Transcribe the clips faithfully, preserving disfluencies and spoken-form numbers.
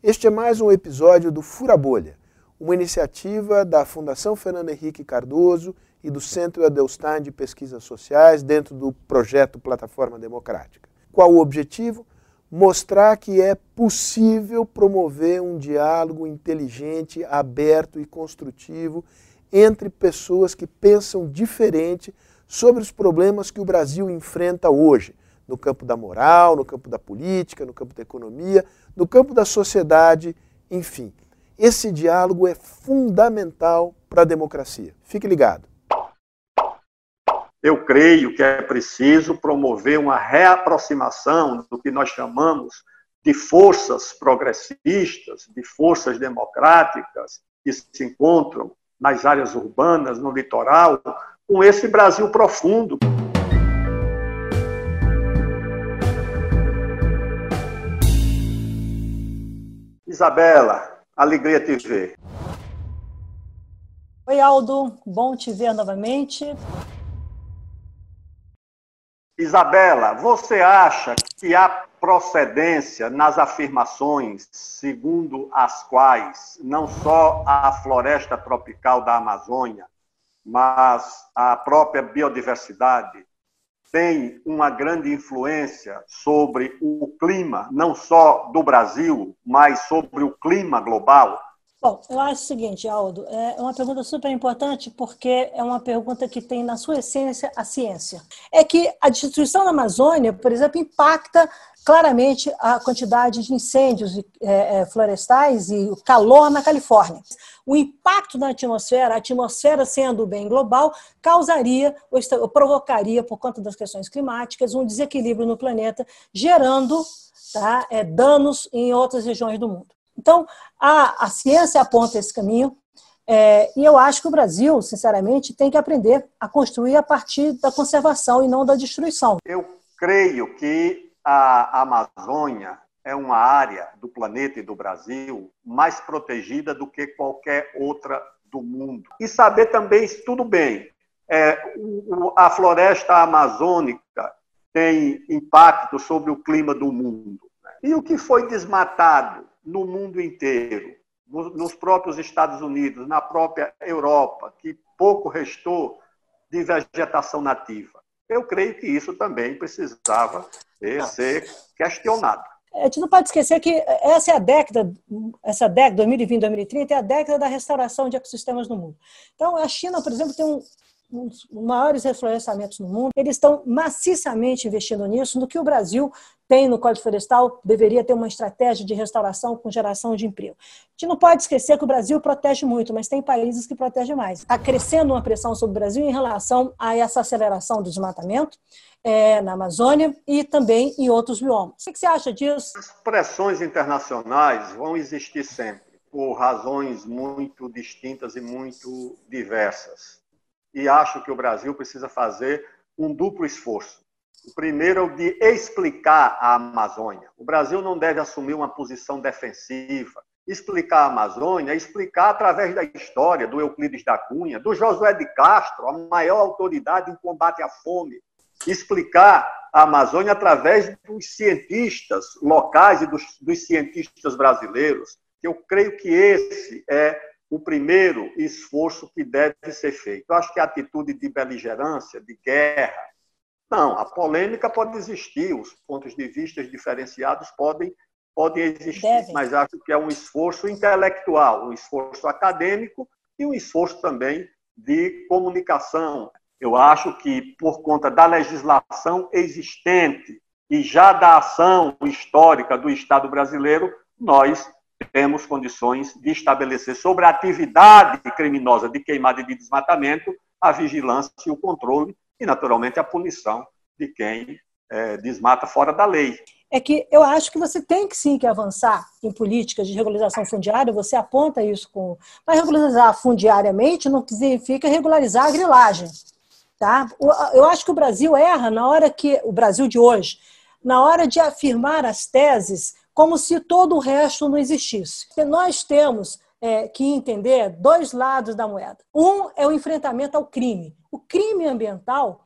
Este é mais um episódio do Fura Bolha, uma iniciativa da Fundação Fernando Henrique Cardoso e do Centro Edelstein de Pesquisas Sociais dentro do projeto Plataforma Democrática. Qual o objetivo? Mostrar que é possível promover um diálogo inteligente, aberto e construtivo entre pessoas que pensam diferente sobre os problemas que o Brasil enfrenta hoje, no campo da moral, no campo da política, no campo da economia, no campo da sociedade, enfim. Esse diálogo é fundamental para a democracia. Fique ligado. Eu creio que é preciso promover uma reaproximação do que nós chamamos de forças progressistas, de forças democráticas que se encontram nas áreas urbanas, no litoral, com esse Brasil profundo. Isabela, alegria te ver. Oi, Aldo, bom te ver novamente. Isabela, você acha que há procedência nas afirmações segundo as quais não só a floresta tropical da Amazônia, mas a própria biodiversidade tem uma grande influência sobre o clima, não só do Brasil, mas sobre o clima global? Bom, eu acho o seguinte, Aldo, é uma pergunta super importante porque é uma pergunta que tem na sua essência a ciência. É que a destruição da Amazônia, por exemplo, impacta claramente a quantidade de incêndios é, florestais e o calor na Califórnia. O impacto na atmosfera, a atmosfera sendo o bem global, causaria ou provocaria, por conta das questões climáticas, um desequilíbrio no planeta, gerando tá, é, danos em outras regiões do mundo. Então, a, a ciência aponta esse caminho é, e eu acho que o Brasil, sinceramente, tem que aprender a construir a partir da conservação e não da destruição. Eu creio que a Amazônia é uma área do planeta e do Brasil mais protegida do que qualquer outra do mundo. E saber também, tudo bem, é, o, a floresta amazônica tem impacto sobre o clima do mundo. Né? E o que foi desmatado no mundo inteiro, nos próprios Estados Unidos, na própria Europa, que pouco restou de vegetação nativa. Eu creio que isso também precisava ser questionado. A gente não pode esquecer que essa é a década, essa década, dois mil e vinte, dois mil e trinta, é a década da restauração de ecossistemas no mundo. Então, a China, por exemplo, tem um um dos maiores reflorestamentos no mundo, eles estão maciçamente investindo nisso, no que o Brasil tem no Código Florestal, deveria ter uma estratégia de restauração com geração de emprego. A gente não pode esquecer que o Brasil protege muito, mas tem países que protegem mais. Está crescendo uma pressão sobre o Brasil em relação a essa aceleração do desmatamento é, na Amazônia e também em outros biomas. O que você acha disso? As pressões internacionais vão existir sempre, por razões muito distintas e muito diversas. E acho que o Brasil precisa fazer um duplo esforço. O primeiro é o de explicar a Amazônia. O Brasil não deve assumir uma posição defensiva. Explicar a Amazônia é explicar através da história do Euclides da Cunha, do Josué de Castro, a maior autoridade em combate à fome. Explicar a Amazônia através dos cientistas locais e dos, dos cientistas brasileiros. Eu creio que esse é o primeiro esforço que deve ser feito. Eu acho que a atitude de beligerância, de guerra, não, a polêmica pode existir, os pontos de vista diferenciados podem, podem existir, Deve. mas acho que é um esforço intelectual, um esforço acadêmico e um esforço também de comunicação. Eu acho que, por conta da legislação existente e já da ação histórica do Estado brasileiro, nós temos condições de estabelecer sobre a atividade criminosa de queimada e de desmatamento a vigilância e o controle e, naturalmente, a punição de quem é, desmata fora da lei. É que eu acho que você tem que sim que avançar em políticas de regularização fundiária, você aponta isso com... Mas regularizar fundiariamente não significa regularizar a grilagem. Tá? Eu acho que o Brasil erra na hora que... O Brasil de hoje, na hora de afirmar as teses como se todo o resto não existisse. Porque nós temos é, que entender dois lados da moeda. Um é o enfrentamento ao crime. O crime ambiental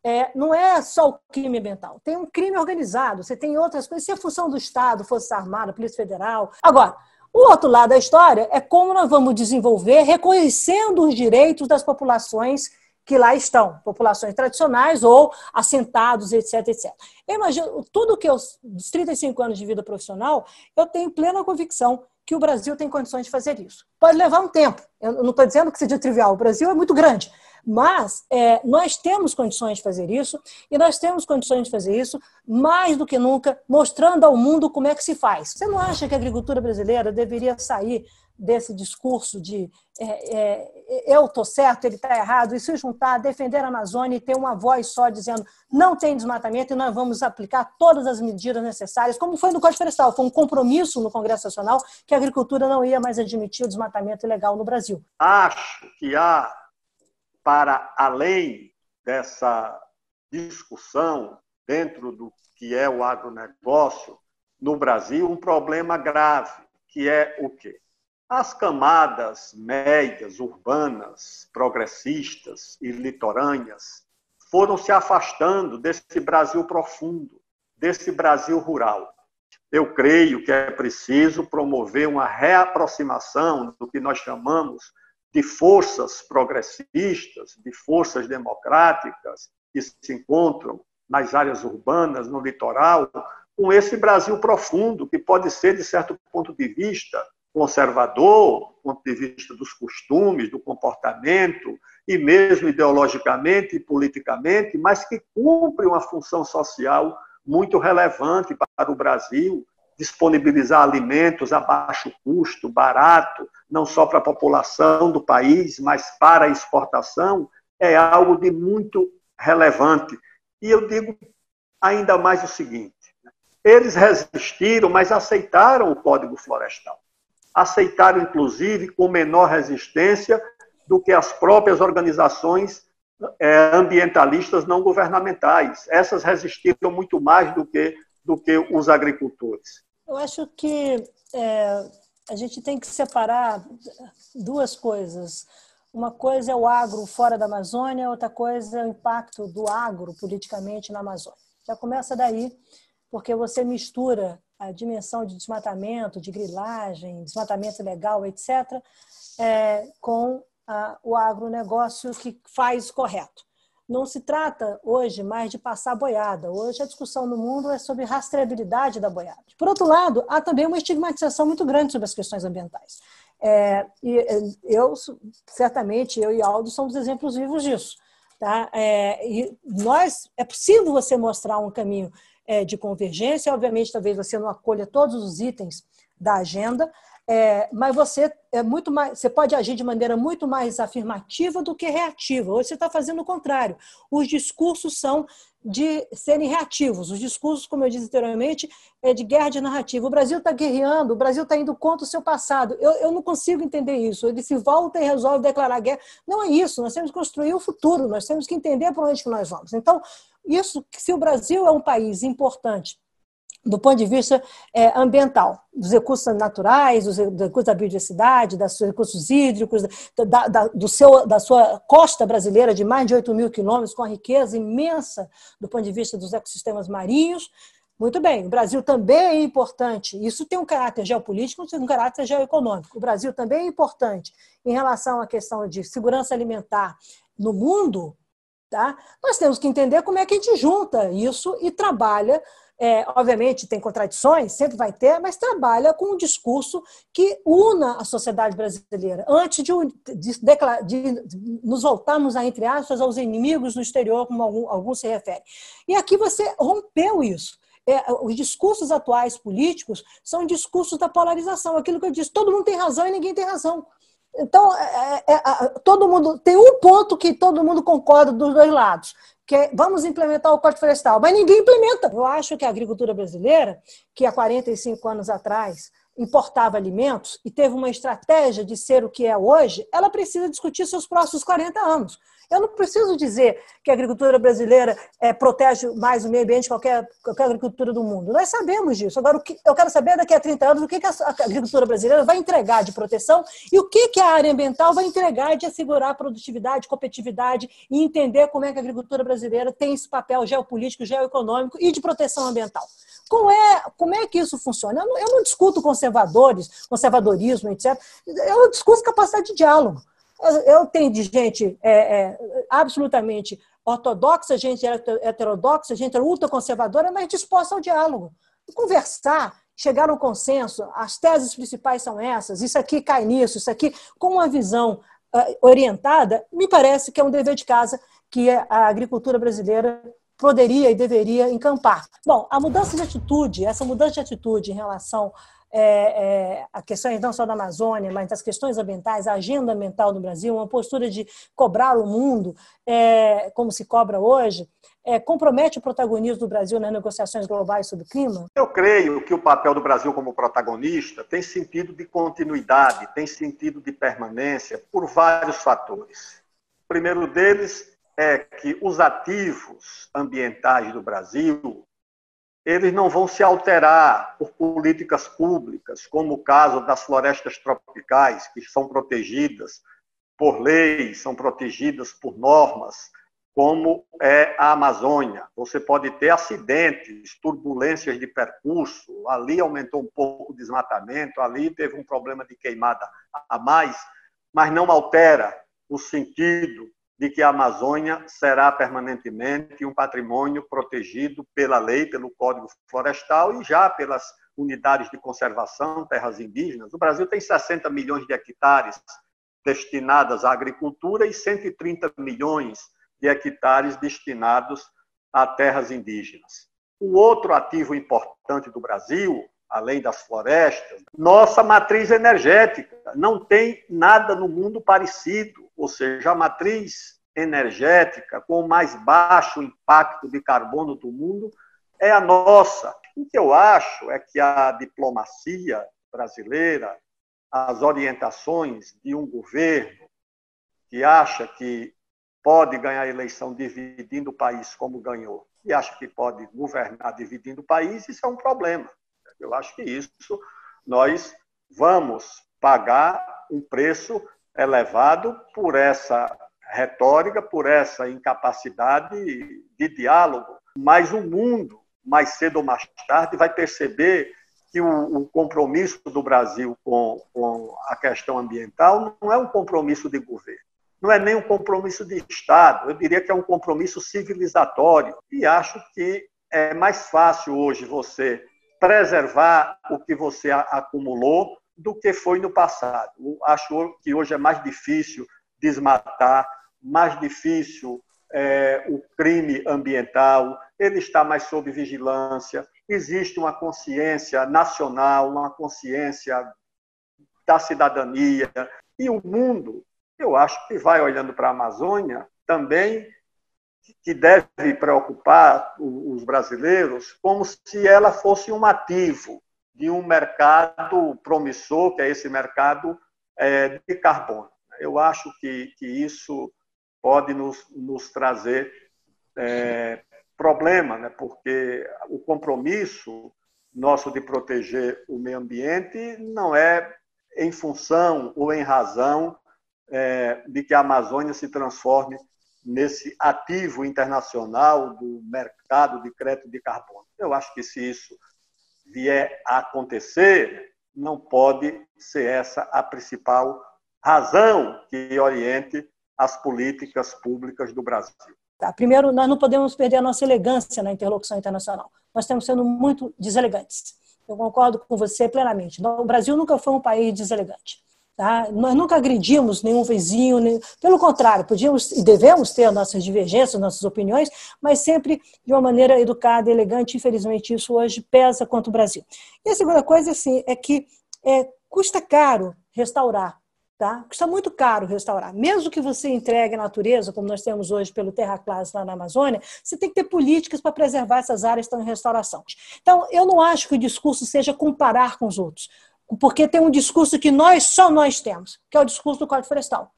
é, não é só o crime ambiental, tem um crime organizado, você tem outras coisas, se a função do Estado, Força Armada, Polícia Federal. Agora, o outro lado da história é como nós vamos desenvolver reconhecendo os direitos das populações que lá estão, populações tradicionais ou assentados, etc, etcétera. Eu imagino, tudo que eu, dos trinta e cinco anos de vida profissional, eu tenho plena convicção que o Brasil tem condições de fazer isso. Pode levar um tempo, eu não estou dizendo que seja trivial, o Brasil é muito grande, mas é, nós temos condições de fazer isso, e nós temos condições de fazer isso mais do que nunca, mostrando ao mundo como é que se faz. Você não acha que a agricultura brasileira deveria sair desse discurso de é, é, eu estou certo, ele está errado, e se juntar, defender a Amazônia e ter uma voz só dizendo não tem desmatamento e nós vamos aplicar todas as medidas necessárias, como foi no Código Florestal, foi um compromisso no Congresso Nacional que a agricultura não ia mais admitir o desmatamento ilegal no Brasil. Acho que há, para além dessa discussão dentro do que é o agronegócio no Brasil, um problema grave, que é o quê? As camadas médias, urbanas, progressistas e litorâneas foram se afastando desse Brasil profundo, desse Brasil rural. Eu creio que é preciso promover uma reaproximação do que nós chamamos de forças progressistas, de forças democráticas que se encontram nas áreas urbanas, no litoral, com esse Brasil profundo, que pode ser, de certo ponto de vista, conservador, do ponto de vista dos costumes, do comportamento, e mesmo ideologicamente e politicamente, mas que cumpre uma função social muito relevante para o Brasil, disponibilizar alimentos a baixo custo, barato, não só para a população do país, mas para a exportação, é algo de muito relevante. E eu digo ainda mais o seguinte, eles resistiram, mas aceitaram o Código Florestal. Aceitaram, inclusive, com menor resistência do que as próprias organizações é, ambientalistas não governamentais. Essas resistiram muito mais do que, do que os agricultores. Eu acho que é, a gente tem que separar duas coisas. Uma coisa é o agro fora da Amazônia, outra coisa é o impacto do agro politicamente na Amazônia. Já começa daí, porque você mistura a dimensão de desmatamento, de grilagem, desmatamento ilegal, etcétera, é, com a, o agronegócio que faz correto. Não se trata hoje mais de passar boiada. Hoje a discussão no mundo é sobre rastreabilidade da boiada. Por outro lado, há também uma estigmatização muito grande sobre as questões ambientais. É, e eu, certamente, eu e Aldo somos exemplos vivos disso. Tá? É, e nós, é possível você mostrar um caminho de convergência, obviamente talvez você não acolha todos os itens da agenda, é, mas você, é muito mais, você pode agir de maneira muito mais afirmativa do que reativa. Hoje você está fazendo o contrário. Os discursos são de serem reativos. Os discursos, como eu disse anteriormente, é de guerra de narrativa. O Brasil está guerreando, o Brasil está indo contra o seu passado. Eu, eu não consigo entender isso. Ele se volta e resolve declarar guerra. Não é isso. Nós temos que construir o futuro, nós temos que entender para onde que nós vamos. Então, isso, se o Brasil é um país importante do ponto de vista é, ambiental, dos recursos naturais, dos recursos da biodiversidade, dos recursos hídricos, da, da, do seu, da sua costa brasileira de mais de oito mil quilômetros, com a riqueza imensa do ponto de vista dos ecossistemas marinhos. Muito bem, o Brasil também é importante, isso tem um caráter geopolítico, tem um caráter geoeconômico. O Brasil também é importante em relação à questão de segurança alimentar no mundo. Tá? Nós temos que entender como é que a gente junta isso e trabalha. É, obviamente tem contradições, sempre vai ter, mas trabalha com um discurso que una a sociedade brasileira, antes de, de, de, de nos voltarmos, a, entre aspas, aos inimigos no exterior, como algum, alguns se referem. E aqui você rompeu isso. É, os discursos atuais políticos são discursos da polarização, aquilo que eu disse, todo mundo tem razão e ninguém tem razão. Então, é, é, é, todo mundo tem um ponto que todo mundo concorda dos dois lados, que é, vamos implementar o Código Florestal, mas ninguém implementa. Eu acho que a agricultura brasileira, que há quarenta e cinco anos atrás importava alimentos e teve uma estratégia de ser o que é hoje, ela precisa discutir seus próximos quarenta anos. Eu não preciso dizer que a agricultura brasileira é, protege mais o meio ambiente que qualquer, qualquer agricultura do mundo. Nós sabemos disso. Agora, o que, eu quero saber daqui a trinta anos o que, que a agricultura brasileira vai entregar de proteção e o que, que a área ambiental vai entregar de assegurar produtividade, competitividade e entender como é que a agricultura brasileira tem esse papel geopolítico, geoeconômico e de proteção ambiental. Como é, como é que isso funciona? Eu não, eu não discuto conservadores, conservadorismo, etcétera. Eu discuto capacidade de diálogo. Eu, eu tenho de gente é, é, absolutamente ortodoxa, gente heterodoxa, gente ultraconservadora, mas disposta ao diálogo. Conversar, chegar a um consenso, as teses principais são essas, isso aqui cai nisso, isso aqui, com uma visão uh, orientada, me parece que é um dever de casa que a agricultura brasileira poderia e deveria encampar. Bom, a mudança de atitude, essa mudança de atitude em relação é, é, a questões não só da Amazônia, mas das questões ambientais, a agenda ambiental do Brasil, uma postura de cobrar o mundo, é, como se cobra hoje, é, compromete o protagonismo do Brasil nas negociações globais sobre o clima? Eu creio que o papel do Brasil como protagonista tem sentido de continuidade, tem sentido de permanência, por vários fatores. O primeiro deles é que os ativos ambientais do Brasil, eles não vão se alterar por políticas públicas, como o caso das florestas tropicais, que são protegidas por leis, são protegidas por normas, como é a Amazônia. Você pode ter acidentes, turbulências de percurso, ali aumentou um pouco o desmatamento, ali teve um problema de queimada a mais, mas não altera o sentido de que a Amazônia será permanentemente um patrimônio protegido pela lei, pelo Código Florestal e já pelas unidades de conservação, terras indígenas. O Brasil tem sessenta milhões de hectares destinadas à agricultura e cento e trinta milhões de hectares destinados a terras indígenas. O outro ativo importante do Brasil, além das florestas, nossa matriz energética. Não tem nada no mundo parecido, ou seja, a matriz energética com o mais baixo impacto de carbono do mundo é a nossa. O que eu acho é que a diplomacia brasileira, as orientações de um governo que acha que pode ganhar a eleição dividindo o país como ganhou, e acha que pode governar dividindo o país, isso é um problema. Eu acho que isso nós vamos pagar um preço elevado por essa retórica, por essa incapacidade de diálogo. Mas o mundo, mais cedo ou mais tarde, vai perceber que o, o compromisso do Brasil com, com a questão ambiental não é um compromisso de governo, não é nem um compromisso de Estado, eu diria que é um compromisso civilizatório. E acho que é mais fácil hoje você preservar o que você acumulou do que foi no passado. Eu acho que hoje é mais difícil desmatar, mais difícil é, o crime ambiental, ele está mais sob vigilância, existe uma consciência nacional, uma consciência da cidadania, e o mundo, eu acho que vai olhando para a Amazônia também, que deve preocupar os brasileiros, como se ela fosse um ativo de um mercado promissor, que é esse mercado é, de carbono. Eu acho que, que isso pode nos, nos trazer é, problema, né? Porque o compromisso nosso de proteger o meio ambiente não é em função ou em razão é, de que a Amazônia se transforme nesse ativo internacional do mercado de crédito de carbono. Eu acho que se isso vier a acontecer, não pode ser essa a principal razão que oriente as políticas públicas do Brasil. Tá, primeiro, nós não podemos perder a nossa elegância na interlocução internacional. Nós estamos sendo muito deselegantes. Eu concordo com você plenamente. O Brasil nunca foi um país deselegante. Tá? Nós nunca agredimos nenhum vizinho, nem... pelo contrário, podíamos e devemos ter nossas divergências, nossas opiniões, mas sempre de uma maneira educada e elegante. Infelizmente, isso hoje pesa contra o Brasil. E a segunda coisa assim, é que é, custa caro restaurar. Tá? Custa muito caro restaurar. Mesmo que você entregue a natureza, como nós temos hoje pelo Terra Class lá na Amazônia, você tem que ter políticas para preservar essas áreas que estão em restauração. Então, eu não acho que o discurso seja comparar com os outros, porque tem um discurso que nós, só nós temos, que é o discurso do Código Florestal.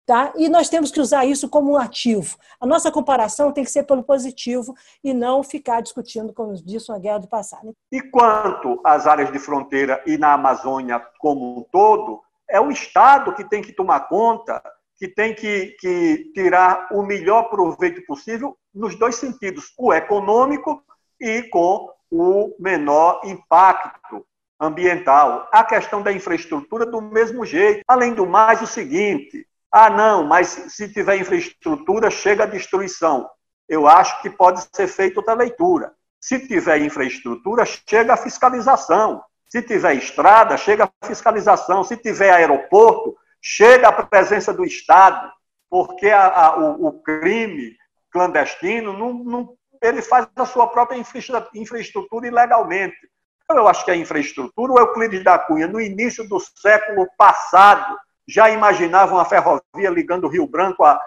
Tá? E nós temos que usar isso como um ativo. A nossa comparação tem que ser pelo positivo e não ficar discutindo, como disse, uma guerra do passado. E quanto às áreas de fronteira e na Amazônia como um todo, é o Estado que tem que tomar conta, que tem que, que tirar o melhor proveito possível nos dois sentidos, o econômico e com o menor impacto ambiental. A questão da infraestrutura do mesmo jeito. Além do mais, o seguinte... Ah, não, mas se tiver infraestrutura, chega a destruição. Eu acho que pode ser feita outra leitura. Se tiver infraestrutura, chega a fiscalização. Se tiver estrada, chega a fiscalização. Se tiver aeroporto, chega a presença do Estado, porque a, a, o, o crime clandestino, não, não, ele faz a sua própria infraestrutura ilegalmente. Então, eu acho que a infraestrutura, o Euclides da Cunha, no início do século passado, já imaginavam a ferrovia ligando o Rio Branco a,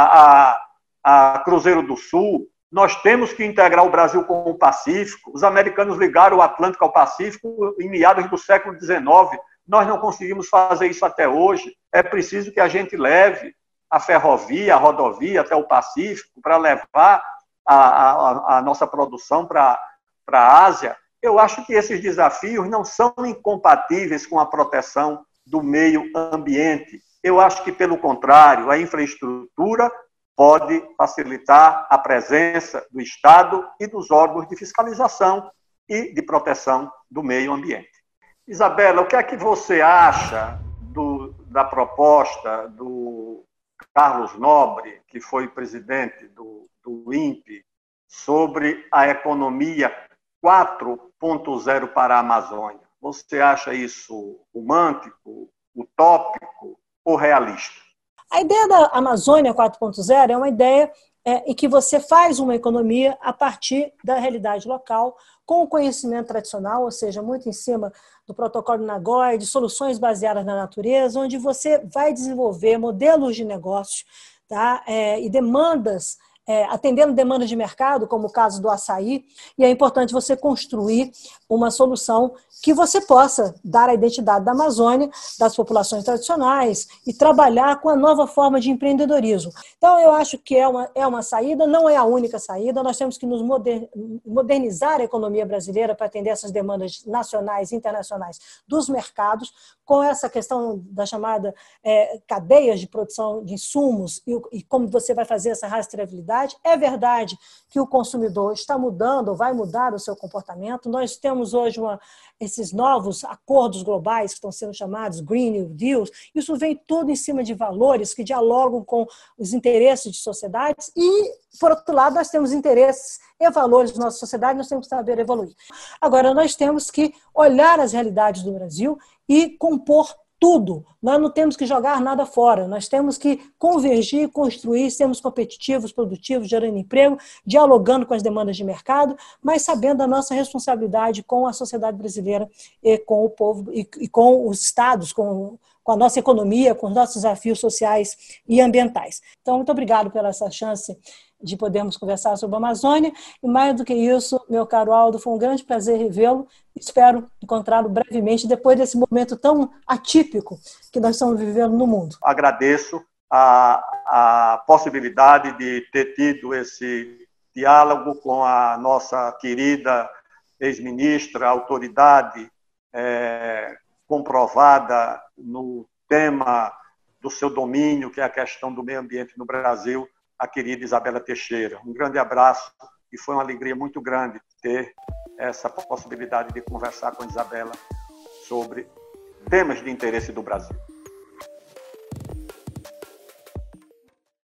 a, a, a Cruzeiro do Sul. Nós temos que integrar o Brasil com o Pacífico. Os americanos ligaram o Atlântico ao Pacífico em meados do século dezenove. Nós não conseguimos fazer isso até hoje. É preciso que a gente leve a ferrovia, a rodovia até o Pacífico para levar a, a, a nossa produção para a Ásia. Eu acho que esses desafios não são incompatíveis com a proteção do meio ambiente. Eu acho que, pelo contrário, a infraestrutura pode facilitar a presença do Estado e dos órgãos de fiscalização e de proteção do meio ambiente. Isabela, o que é que você acha do, da proposta do Carlos Nobre, que foi presidente do, do INPE, sobre a economia quatro ponto zero para a Amazônia? Você acha isso romântico, utópico ou realista? A ideia da Amazônia quatro ponto zero é uma ideia é, em que você faz uma economia a partir da realidade local, com o conhecimento tradicional, ou seja, muito em cima do protocolo de Nagoya, de soluções baseadas na natureza, onde você vai desenvolver modelos de negócio, tá? é, e demandas, É, atendendo demandas de mercado, como o caso do açaí, e é importante você construir uma solução que você possa dar a identidade da Amazônia, das populações tradicionais, e trabalhar com a nova forma de empreendedorismo. Então, eu acho que é uma, é uma saída, não é a única saída, nós temos que nos modernizar a economia brasileira para atender essas demandas nacionais e internacionais dos mercados, com essa questão da chamada é, cadeias de produção de insumos e, e como você vai fazer essa rastreabilidade. É verdade que o consumidor está mudando, ou vai mudar o seu comportamento. Nós temos hoje uma, esses novos acordos globais que estão sendo chamados Green New Deals. Isso vem tudo em cima de valores que dialogam com os interesses de sociedades e, por outro lado, nós temos interesses e valores da nossa sociedade, nós temos que saber evoluir. Agora, nós temos que olhar as realidades do Brasil e compor tudo. Nós não temos que jogar nada fora, nós temos que convergir, construir, sermos competitivos, produtivos, gerando emprego, dialogando com as demandas de mercado, mas sabendo a nossa responsabilidade com a sociedade brasileira e com o povo, e, e com os estados, com, com a nossa economia, com os nossos desafios sociais e ambientais. Então, muito obrigado pela essa chance de podermos conversar sobre a Amazônia, e mais do que isso, meu caro Aldo, foi um grande prazer revê-lo, espero encontrá-lo brevemente, depois desse momento tão atípico que nós estamos vivendo no mundo. Agradeço a, a possibilidade de ter tido esse diálogo com a nossa querida ex-ministra, autoridade é, comprovada no tema do seu domínio, que é a questão do meio ambiente no Brasil, a querida Isabela Teixeira. Um grande abraço e foi uma alegria muito grande ter essa possibilidade de conversar com a Isabela sobre temas de interesse do Brasil.